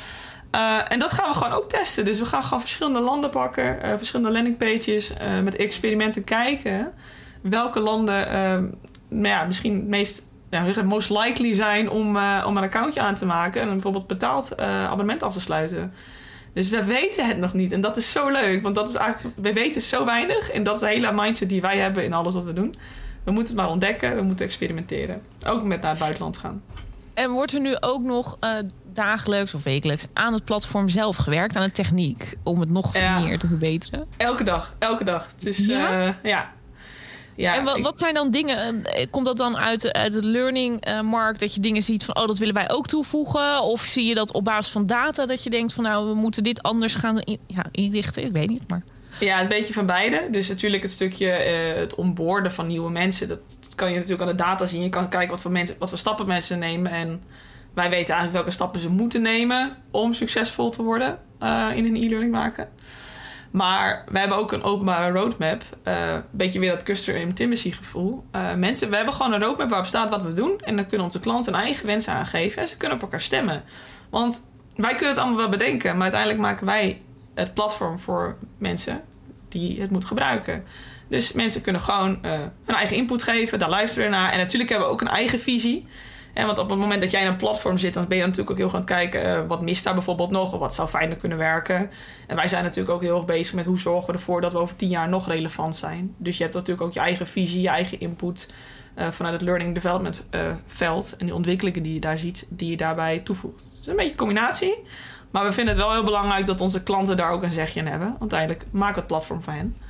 En dat gaan we gewoon ook testen. Dus we gaan gewoon verschillende landen pakken, verschillende landingpages, met experimenten kijken welke landen misschien het meest most likely zijn om een accountje aan te maken en bijvoorbeeld betaald abonnement af te sluiten. Dus we weten het nog niet. En dat is zo leuk. Want dat is eigenlijk, we weten zo weinig. En dat is de hele mindset die wij hebben in alles wat we doen. We moeten het maar ontdekken. We moeten experimenteren. Ook met naar het buitenland gaan. En wordt er nu ook nog dagelijks of wekelijks aan het platform zelf gewerkt? Aan de techniek? Om het nog meer te verbeteren? Elke dag. Het is, ja. En wat zijn dan dingen? Komt dat dan uit de learning markt? Dat je dingen ziet van, dat willen wij ook toevoegen? Of zie je dat op basis van data dat je denkt van, we moeten dit anders gaan inrichten? Ik weet niet, maar... Ja, een beetje van beide. Dus natuurlijk het stukje het onboarden van nieuwe mensen. Dat kan je natuurlijk aan de data zien. Je kan kijken wat voor stappen mensen nemen. En wij weten eigenlijk welke stappen ze moeten nemen om succesvol te worden in een e-learning maken. Maar we hebben ook een openbare roadmap. Een beetje weer dat customer intimacy gevoel. We hebben gewoon een roadmap waarop staat wat we doen. En dan kunnen onze klanten hun eigen wensen aangeven. En ze kunnen op elkaar stemmen. Want wij kunnen het allemaal wel bedenken. Maar uiteindelijk maken wij het platform voor mensen die het moeten gebruiken. Dus mensen kunnen gewoon hun eigen input geven. Daar luisteren we naar. En natuurlijk hebben we ook een eigen visie. Want op het moment dat jij in een platform zit, dan ben je natuurlijk ook heel gaan kijken, wat mist daar bijvoorbeeld nog, of wat zou fijner kunnen werken. En wij zijn natuurlijk ook heel erg bezig met hoe zorgen we ervoor dat we over 10 jaar nog relevant zijn. Dus je hebt natuurlijk ook je eigen visie, je eigen input vanuit het learning development veld en die ontwikkelingen die je daar ziet, die je daarbij toevoegt. Dus een beetje een combinatie. Maar we vinden het wel heel belangrijk dat onze klanten daar ook een zegje in hebben. Want uiteindelijk maken we het platform van hen.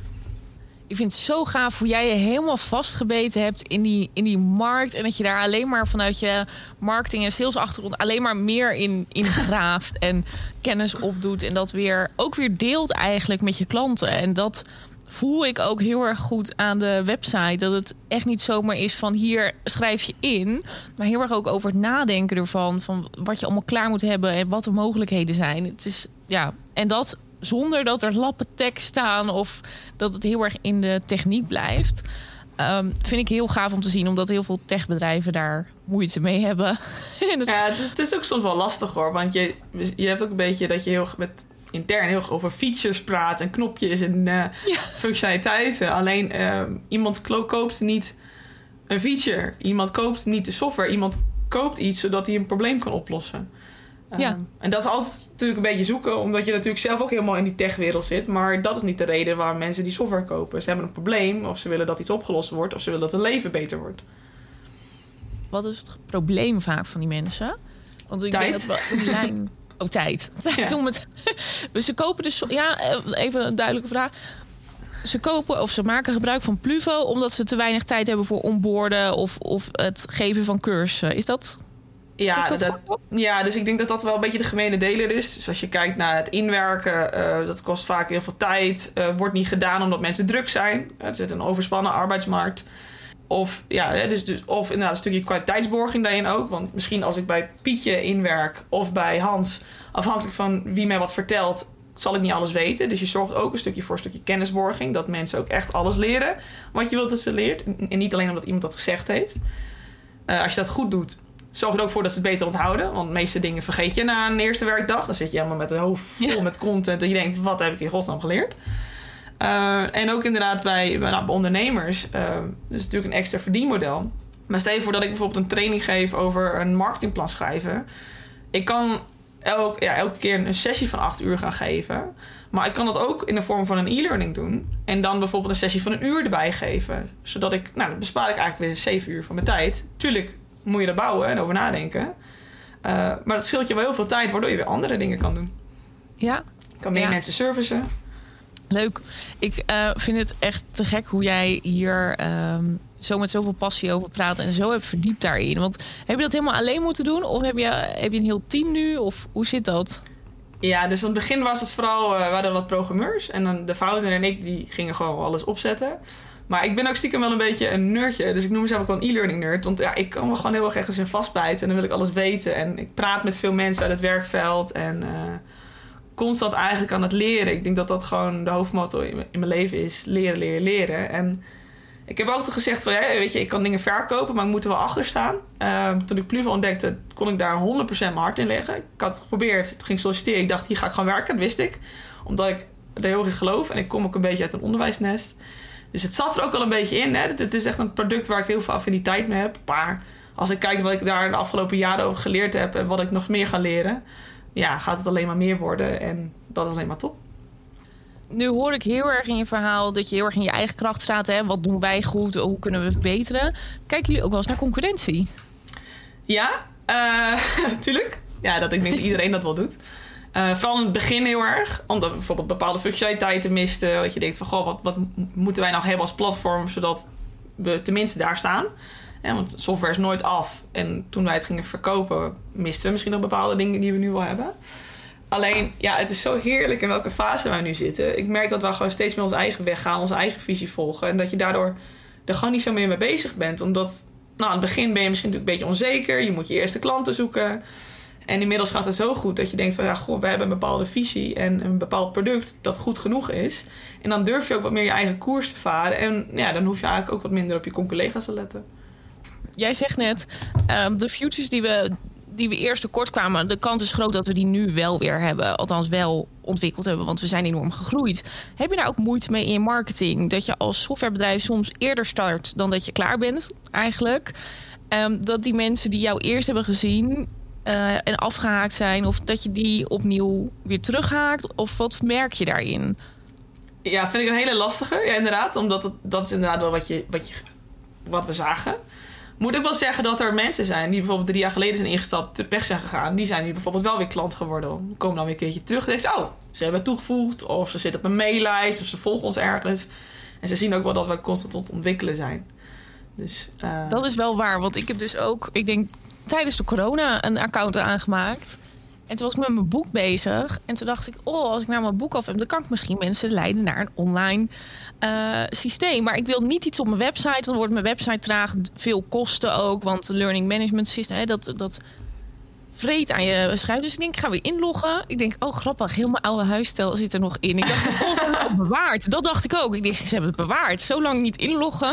Ik vind het zo gaaf hoe jij je helemaal vastgebeten hebt in die markt. En dat je daar alleen maar vanuit je marketing- en salesachtergrond alleen maar meer in graaft en kennis opdoet. En dat ook weer deelt eigenlijk met je klanten. En dat voel ik ook heel erg goed aan de website. Dat het echt niet zomaar is van hier schrijf je in. Maar heel erg ook over het nadenken ervan. Van wat je allemaal klaar moet hebben en wat de mogelijkheden zijn. Het is, en dat zonder dat er lappen tekst staan of dat het heel erg in de techniek blijft. Vind ik heel gaaf om te zien, omdat heel veel techbedrijven daar moeite mee hebben. Ja, het is ook soms wel lastig hoor. Want je hebt ook een beetje dat je heel intern heel over features praat en knopjes en functionaliteiten. Alleen iemand koopt niet een feature. Iemand koopt niet de software. Iemand koopt iets zodat hij een probleem kan oplossen. En dat is altijd natuurlijk een beetje zoeken, omdat je natuurlijk zelf ook helemaal in die techwereld zit. Maar dat is niet de reden waarom mensen die software kopen. Ze hebben een probleem, of ze willen dat iets opgelost wordt, of ze willen dat hun leven beter wordt. Wat is het probleem vaak van die mensen? Want ik tijd. Denk dat we lijn... tijd. Ze kopen dus... even een duidelijke vraag. Ze kopen of ze maken gebruik van Pluvo omdat ze te weinig tijd hebben voor onboarden of het geven van cursussen. Is dat... dus ik denk dat dat wel een beetje de gemene deler is. Dus als je kijkt naar het inwerken, dat kost vaak heel veel tijd. Wordt niet gedaan omdat mensen druk zijn. Er zit een overspannen arbeidsmarkt. Of inderdaad een stukje kwaliteitsborging daarin ook. Want misschien als ik bij Pietje inwerk of bij Hans, afhankelijk van wie mij wat vertelt, zal ik niet alles weten. Dus je zorgt ook voor een stukje kennisborging. Dat mensen ook echt alles leren wat je wilt dat ze leert. En niet alleen omdat iemand dat gezegd heeft. Als je dat goed doet, zorg er ook voor dat ze het beter onthouden. Want de meeste dingen vergeet je na een eerste werkdag. Dan zit je helemaal met een hoofd vol met content. En je denkt, wat heb ik in godsnaam geleerd? En ook inderdaad bij ondernemers. Dat is natuurlijk een extra verdienmodel. Maar stel je voor dat ik bijvoorbeeld een training geef over een marketingplan schrijven. Ik kan elke keer een sessie van 8 uur gaan geven. Maar ik kan dat ook in de vorm van een e-learning doen. En dan bijvoorbeeld een sessie van 1 uur erbij geven. Zodat dan bespaar ik eigenlijk weer 7 uur van mijn tijd. Tuurlijk moet je er bouwen en over nadenken. Maar dat scheelt je wel heel veel tijd, waardoor je weer andere dingen kan doen. Ja. Je kan meer mensen servicen. Leuk. Ik vind het echt te gek hoe jij hier zo met zoveel passie over praat en zo hebt verdiept daarin. Want heb je dat helemaal alleen moeten doen? Of heb je een heel team nu? Of hoe zit dat? Ja, dus in het begin was het vooral, we hadden wat programmeurs. En dan de founder en ik, die gingen gewoon alles opzetten. Maar ik ben ook stiekem wel een beetje een nerdje. Dus ik noem mezelf ook wel een e-learning nerd. Want ik kan me gewoon heel erg ergens in vastbijten. En dan wil ik alles weten. En ik praat met veel mensen uit het werkveld. En constant eigenlijk aan het leren. Ik denk dat dat gewoon de hoofdmotto in mijn leven is. Leren, leren, leren. En Ik heb ook gezegd van, weet je, ik kan dingen verkopen, maar ik moet er wel achter staan. Toen ik Pluvo ontdekte, kon ik daar 100% mijn hart in leggen. Ik had het geprobeerd, toen ging ik solliciteren. Ik dacht, hier ga ik gewoon werken, dat wist ik. Omdat ik er heel erg in geloof. En ik kom ook een beetje uit een onderwijsnest. Dus het zat er ook al een beetje in. Hè. Het is echt een product waar ik heel veel affiniteit mee heb. Maar als ik kijk wat ik daar de afgelopen jaren over geleerd heb... en wat ik nog meer ga leren... ja, gaat het alleen maar meer worden. En dat is alleen maar top. Nu hoor ik heel erg in je verhaal dat je heel erg in je eigen kracht staat. Hè? Wat doen wij goed? Hoe kunnen we verbeteren? Kijken jullie ook wel eens naar concurrentie? Ja, natuurlijk. Ja, ik denk dat iedereen dat wel doet. Vooral in het begin heel erg. Omdat we bijvoorbeeld bepaalde functionaliteiten misten. Dat je denkt van, goh, wat moeten wij nou hebben als platform... zodat we tenminste daar staan. Want software is nooit af. En toen wij het gingen verkopen... misten we misschien nog bepaalde dingen die we nu wel hebben. Alleen, ja, het is zo heerlijk in welke fase wij nu zitten. Ik merk dat we gewoon steeds meer onze eigen weg gaan... onze eigen visie volgen. En dat je daardoor er gewoon niet zo meer mee bezig bent. Omdat, aan het begin ben je misschien natuurlijk een beetje onzeker. Je moet je eerste klanten zoeken... En inmiddels gaat het zo goed dat je denkt van... ja, goh, we hebben een bepaalde visie en een bepaald product dat goed genoeg is. En dan durf je ook wat meer je eigen koers te varen. En ja, dan hoef je eigenlijk ook wat minder op je collega's te letten. Jij zegt net, de futures die we eerst tekort kwamen... de kans is groot dat we die nu wel weer hebben. Althans wel ontwikkeld hebben, want we zijn enorm gegroeid. Heb je daar ook moeite mee in je marketing? Dat je als softwarebedrijf soms eerder start dan dat je klaar bent eigenlijk? Dat die mensen die jou eerst hebben gezien... en afgehaakt zijn... of dat je die opnieuw weer terughaakt? Of wat merk je daarin? Ja, vind ik een hele lastige. Ja, inderdaad. Omdat dat is inderdaad wel wat we zagen. Moet ook wel zeggen dat er mensen zijn... die bijvoorbeeld 3 jaar geleden zijn ingestapt... weg zijn gegaan. Die zijn nu bijvoorbeeld wel weer klant geworden. Die komen dan weer een keertje terug. En denken ze, ze hebben het toegevoegd. Of ze zitten op een maillijst. Of ze volgen ons ergens. En ze zien ook wel dat we constant aan het ontwikkelen zijn. Dus, dat is wel waar. Want ik heb dus ook... ik denk tijdens de corona een account aangemaakt. En toen was ik met mijn boek bezig. En toen dacht ik, als ik nou mijn boek af heb... dan kan ik misschien mensen leiden naar een online systeem. Maar ik wil niet iets op mijn website... want dan wordt mijn website traag. Veel kosten ook, want learning management system... dat vreet aan je schuif. Dus ik denk, ik ga weer inloggen. Ik denk, grappig, heel mijn oude huisstijl zit er nog in. Ik dacht, het bewaard. Dat dacht ik ook. Ik dacht, ze hebben het bewaard. Zo lang niet inloggen.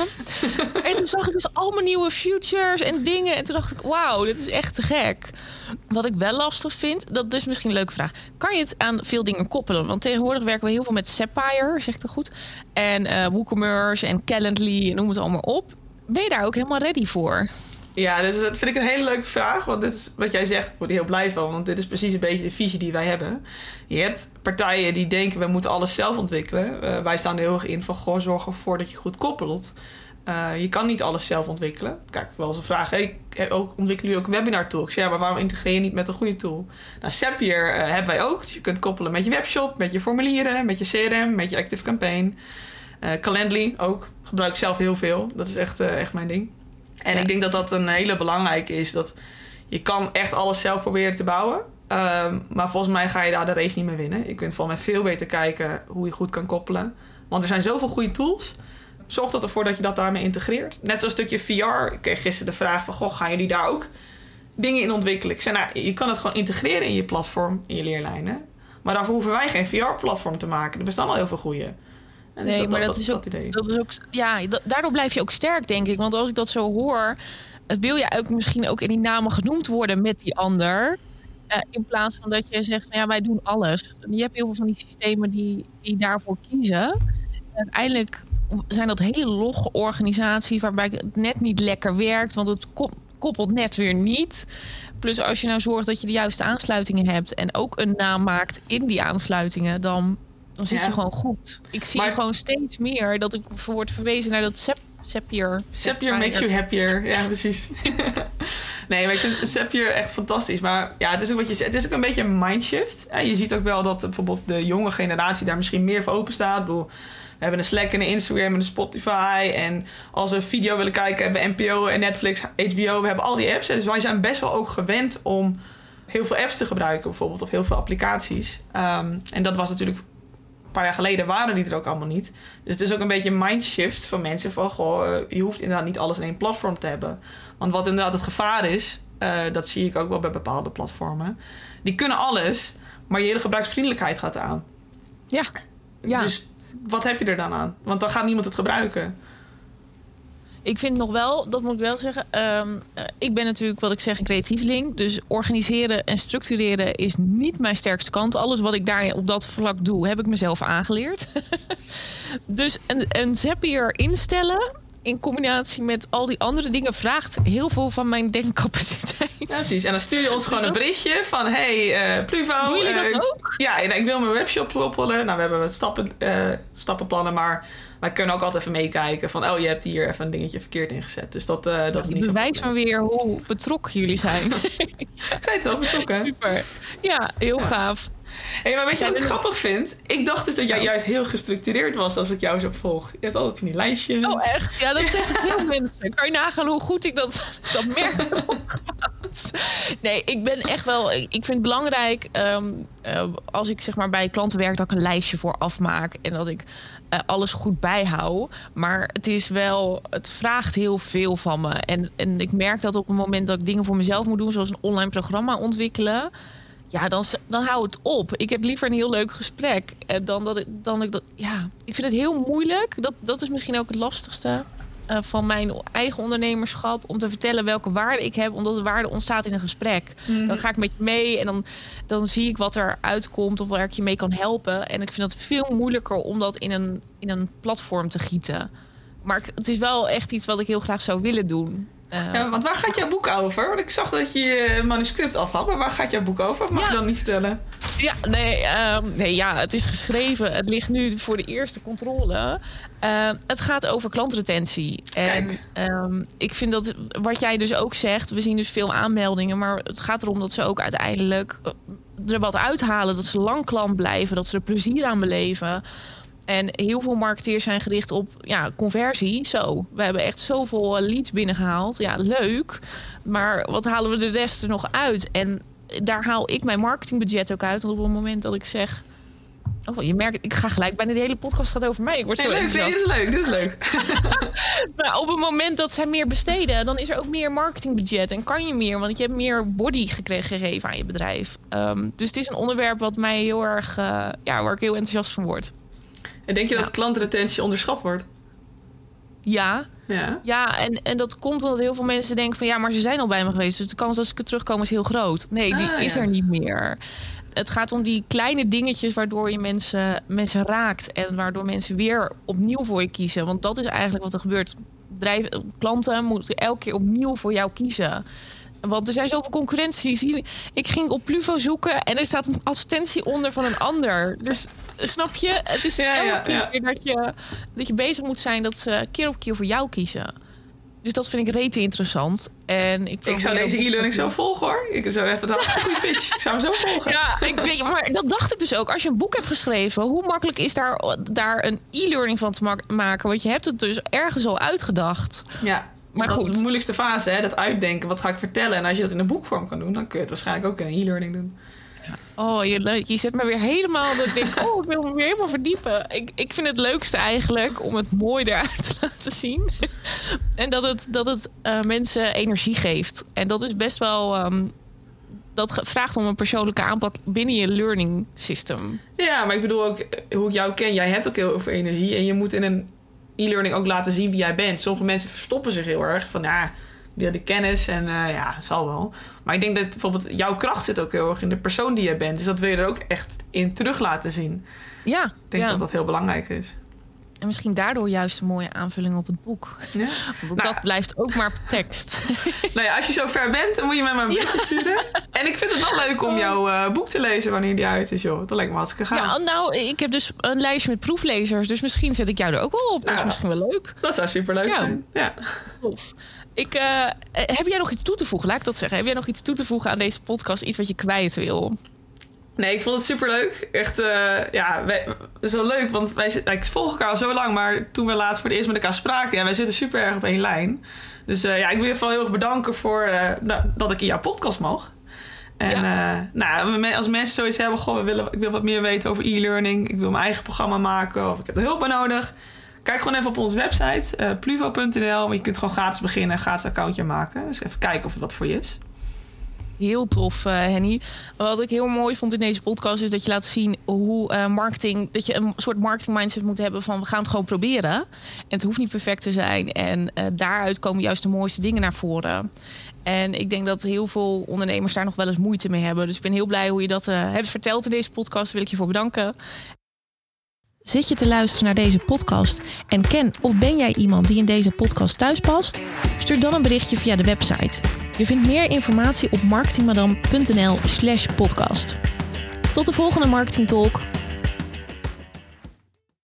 En toen zag ik dus allemaal nieuwe futures en dingen. En toen dacht ik, wauw, dit is echt te gek. Wat ik wel lastig vind, dat is misschien een leuke vraag. Kan je het aan veel dingen koppelen? Want tegenwoordig werken we heel veel met Zapier, zegt het goed. En WooCommerce en Calendly en noem het allemaal op. Ben je daar ook helemaal ready voor? Ja, dat vind ik een hele leuke vraag. Want dit is wat jij zegt, ik word er heel blij van. Want dit is precies een beetje de visie die wij hebben. Je hebt partijen die denken, we moeten alles zelf ontwikkelen. Wij staan er heel erg in van, zorg ervoor dat je goed koppelt. Je kan niet alles zelf ontwikkelen. Kijk, wel eens een vraag. Ontwikkelen jullie ook een webinar tool? Ik zeg, maar waarom integreer je niet met een goede tool? Nou, Zapier hebben wij ook. Dus je kunt koppelen met je webshop, met je formulieren, met je CRM, met je Active Campaign. Calendly ook. Gebruik ik zelf heel veel. Dat is echt mijn ding. En ik denk dat dat een hele belangrijke is. Dat je kan echt alles zelf proberen te bouwen. Maar volgens mij ga je daar de race niet meer winnen. Je kunt volgens mij veel beter kijken hoe je goed kan koppelen. Want er zijn zoveel goede tools. Zorg ervoor dat je dat daarmee integreert. Net zo'n stukje VR. Ik kreeg gisteren de vraag van, gaan jullie daar ook dingen in ontwikkelen? Ik zei, je kan het gewoon integreren in je platform, in je leerlijnen. Maar daarvoor hoeven wij geen VR-platform te maken. Er bestaan al heel veel goede. Nee, maar dat is ook... Ja, daardoor blijf je ook sterk, denk ik. Want als ik dat zo hoor... wil je ook misschien ook in die namen genoemd worden met die ander. In plaats van dat je zegt, van, wij doen alles. Je hebt heel veel van die systemen die daarvoor kiezen. En uiteindelijk zijn dat hele logge organisaties... waarbij het net niet lekker werkt. Want het koppelt net weer niet. Plus als je nou zorgt dat je de juiste aansluitingen hebt... en ook een naam maakt in die aansluitingen... dan zit je gewoon goed. Ik zie gewoon steeds meer dat ik word verwezen naar dat Zapier. Zapier makes you happier. Ja, precies. Nee, maar ik vind Zapier echt fantastisch. Maar ja, het is ook wat je zegt. Het is ook een beetje een mindshift. Je ziet ook wel dat bijvoorbeeld de jonge generatie daar misschien meer voor open staat. Ik bedoel, we hebben een Slack en een Instagram en een Spotify. En als we video willen kijken, hebben we NPO en Netflix, HBO. We hebben al die apps. Dus wij zijn best wel ook gewend om heel veel apps te gebruiken bijvoorbeeld. Of heel veel applicaties. En dat was natuurlijk... Een paar jaar geleden waren die er ook allemaal niet. Dus het is ook een beetje een mindshift van mensen. Van, je hoeft inderdaad niet alles in één platform te hebben. Want wat inderdaad het gevaar is... dat zie ik ook wel bij bepaalde platformen. Die kunnen alles, maar je hele gebruiksvriendelijkheid gaat aan. Ja. Dus wat heb je er dan aan? Want dan gaat niemand het gebruiken. Ik vind nog wel, dat moet ik wel zeggen. Ik ben natuurlijk, wat ik zeg, een creatieveling. Dus organiseren en structureren is niet mijn sterkste kant. Alles wat ik daar op dat vlak doe, heb ik mezelf aangeleerd. Dus een Zapier instellen in combinatie met al die andere dingen vraagt heel veel van mijn denkcapaciteit. Ja, precies. En dan stuur je ons gewoon een berichtje van... Hey, Pluvo. Doen jullie dat ook? Ja, ik wil mijn webshop oppollen. Nou, we hebben wat stappenplannen, maar wij kunnen ook altijd even meekijken van... je hebt hier even een dingetje verkeerd ingezet. Dus dat is niet zo... Bewijs maar weer hoe betrokken jullie zijn. Kijk toch, betrokken. Super. Ja, heel gaaf. Hey, maar weet je wat ik grappig vind? Ik dacht dus dat jij juist heel gestructureerd was als ik jou zo volg. Je hebt altijd van die lijstjes. Oh, echt? Ja, dat zeggen veel mensen. Kan je nagaan hoe goed ik dat merk? Nee, ik ben echt wel... Ik vind het belangrijk als ik zeg maar bij klanten werk... dat ik een lijstje voor afmaak en dat ik alles goed bijhoud. Maar het vraagt heel veel van me. En ik merk dat op het moment dat ik dingen voor mezelf moet doen... zoals een online programma ontwikkelen... Ja, dan hou het op. Ik heb liever een heel leuk gesprek dan ik dat. Ja, ik vind het heel moeilijk. Dat is misschien ook het lastigste van mijn eigen ondernemerschap. Om te vertellen welke waarde ik heb. Omdat de waarde ontstaat in een gesprek. Mm-hmm. Dan ga ik met je mee en dan zie ik wat er uitkomt. Of waar ik je mee kan helpen. En ik vind het veel moeilijker om dat in een platform te gieten. Maar het is wel echt iets wat ik heel graag zou willen doen. Ja, want waar gaat jouw boek over? Want ik zag dat je je manuscript af had, maar waar gaat jouw boek over? Of mag je dan niet vertellen? Ja, het is geschreven. Het ligt nu voor de eerste controle. Het gaat over klantretentie. Kijk. En ik vind dat, wat jij dus ook zegt, we zien dus veel aanmeldingen, maar het gaat erom dat ze ook uiteindelijk er wat uithalen. Dat ze lang klant blijven, dat ze er plezier aan beleven. En heel veel marketeers zijn gericht op conversie. Zo, we hebben echt zoveel leads binnengehaald. Ja, leuk. Maar wat halen we de rest er nog uit? En daar haal ik mijn marketingbudget ook uit. Want op het moment dat ik zeg... Oh, je merkt, ik ga gelijk bijna de hele podcast gaat over mij. Ik word zo enthousiast. Dit is leuk. Maar op het moment dat zij meer besteden... dan is er ook meer marketingbudget. En kan je meer, want je hebt meer body gegeven aan je bedrijf. Dus het is een onderwerp wat mij heel erg... waar ik heel enthousiast van word. En denk je dat klantretentie onderschat wordt? Ja, en dat komt omdat heel veel mensen denken van... maar ze zijn al bij me geweest, dus de kans dat ze terugkomen is heel groot. Nee, die is er niet meer. Het gaat om die kleine dingetjes waardoor je mensen raakt... en waardoor mensen weer opnieuw voor je kiezen. Want dat is eigenlijk wat er gebeurt. Klanten moeten elke keer opnieuw voor jou kiezen... Want er zijn zoveel concurrentie. Ik ging op Pluvo zoeken en er staat een advertentie onder van een ander. Dus snap je? Het is elke keer dat je bezig moet zijn dat ze keer op keer voor jou kiezen. Dus dat vind ik rete interessant. En ik zou deze e-learning zo volgen hoor. Ik zou even dat goede pitch. Ik zou hem zo volgen. Ja, maar dat dacht ik dus ook. Als je een boek hebt geschreven, hoe makkelijk is daar een e-learning van te maken? Want je hebt het dus ergens al uitgedacht. Ja. Maar dat is de moeilijkste fase, hè? Dat uitdenken. Wat ga ik vertellen? En als je dat in een boekvorm kan doen... dan kun je het waarschijnlijk ook in een e-learning doen. Oh, je zet me weer helemaal... dat ik denk, ik wil me weer helemaal verdiepen. Ik vind het leukste eigenlijk om het mooi eruit te laten zien. En dat het mensen energie geeft. En dat is best wel... dat vraagt om een persoonlijke aanpak binnen je learning system. Ja, maar ik bedoel ook hoe ik jou ken. Jij hebt ook heel veel energie. En je moet in een e-learning ook laten zien wie jij bent. Sommige mensen verstoppen zich heel erg. Van wil de kennis en zal wel. Maar ik denk dat bijvoorbeeld jouw kracht zit ook heel erg in de persoon die jij bent. Dus dat wil je er ook echt in terug laten zien. Ja. Ik denk dat dat heel belangrijk is. En misschien daardoor juist een mooie aanvulling op het boek. Ja. Want dat blijft ook maar tekst. Als je zo ver bent, dan moet je mij maar een berichtje sturen. En ik vind het wel leuk om jouw boek te lezen wanneer die uit is, joh. Dat lijkt me hartstikke gaaf. Ja, ik heb dus een lijstje met proeflezers. Dus misschien zet ik jou er ook wel op. Dat is misschien wel leuk. Dat zou superleuk zijn. Ja. Tof. Heb jij nog iets toe te voegen? Laat ik dat zeggen. Heb jij nog iets toe te voegen aan deze podcast? Iets wat je kwijt wil? Nee, ik vond het superleuk. Echt, het is wel leuk, want ik volg elkaar al zo lang, maar toen we laatst voor het eerst met elkaar spraken, wij zitten super erg op één lijn. Dus ik wil je vooral heel erg bedanken voor dat ik in jouw podcast mag. En als mensen zoiets hebben, ik wil wat meer weten over e-learning, ik wil mijn eigen programma maken of ik heb er hulp bij nodig. Kijk gewoon even op onze website, pluvo.nl. Je kunt gewoon gratis beginnen, een gratis accountje maken. Dus even kijken of het wat voor je is. Heel tof, Henny. Wat ik heel mooi vond in deze podcast is dat je laat zien hoe dat je een soort marketing mindset moet hebben van we gaan het gewoon proberen. En het hoeft niet perfect te zijn. En daaruit komen juist de mooiste dingen naar voren. En ik denk dat heel veel ondernemers daar nog wel eens moeite mee hebben. Dus ik ben heel blij hoe je dat hebt verteld in deze podcast. Daar wil ik je voor bedanken. Zit je te luisteren naar deze podcast en ken of ben jij iemand die in deze podcast thuis past? Stuur dan een berichtje via de website. Je vindt meer informatie op marketingmadam.nl/podcast. Tot de volgende Marketing Talk.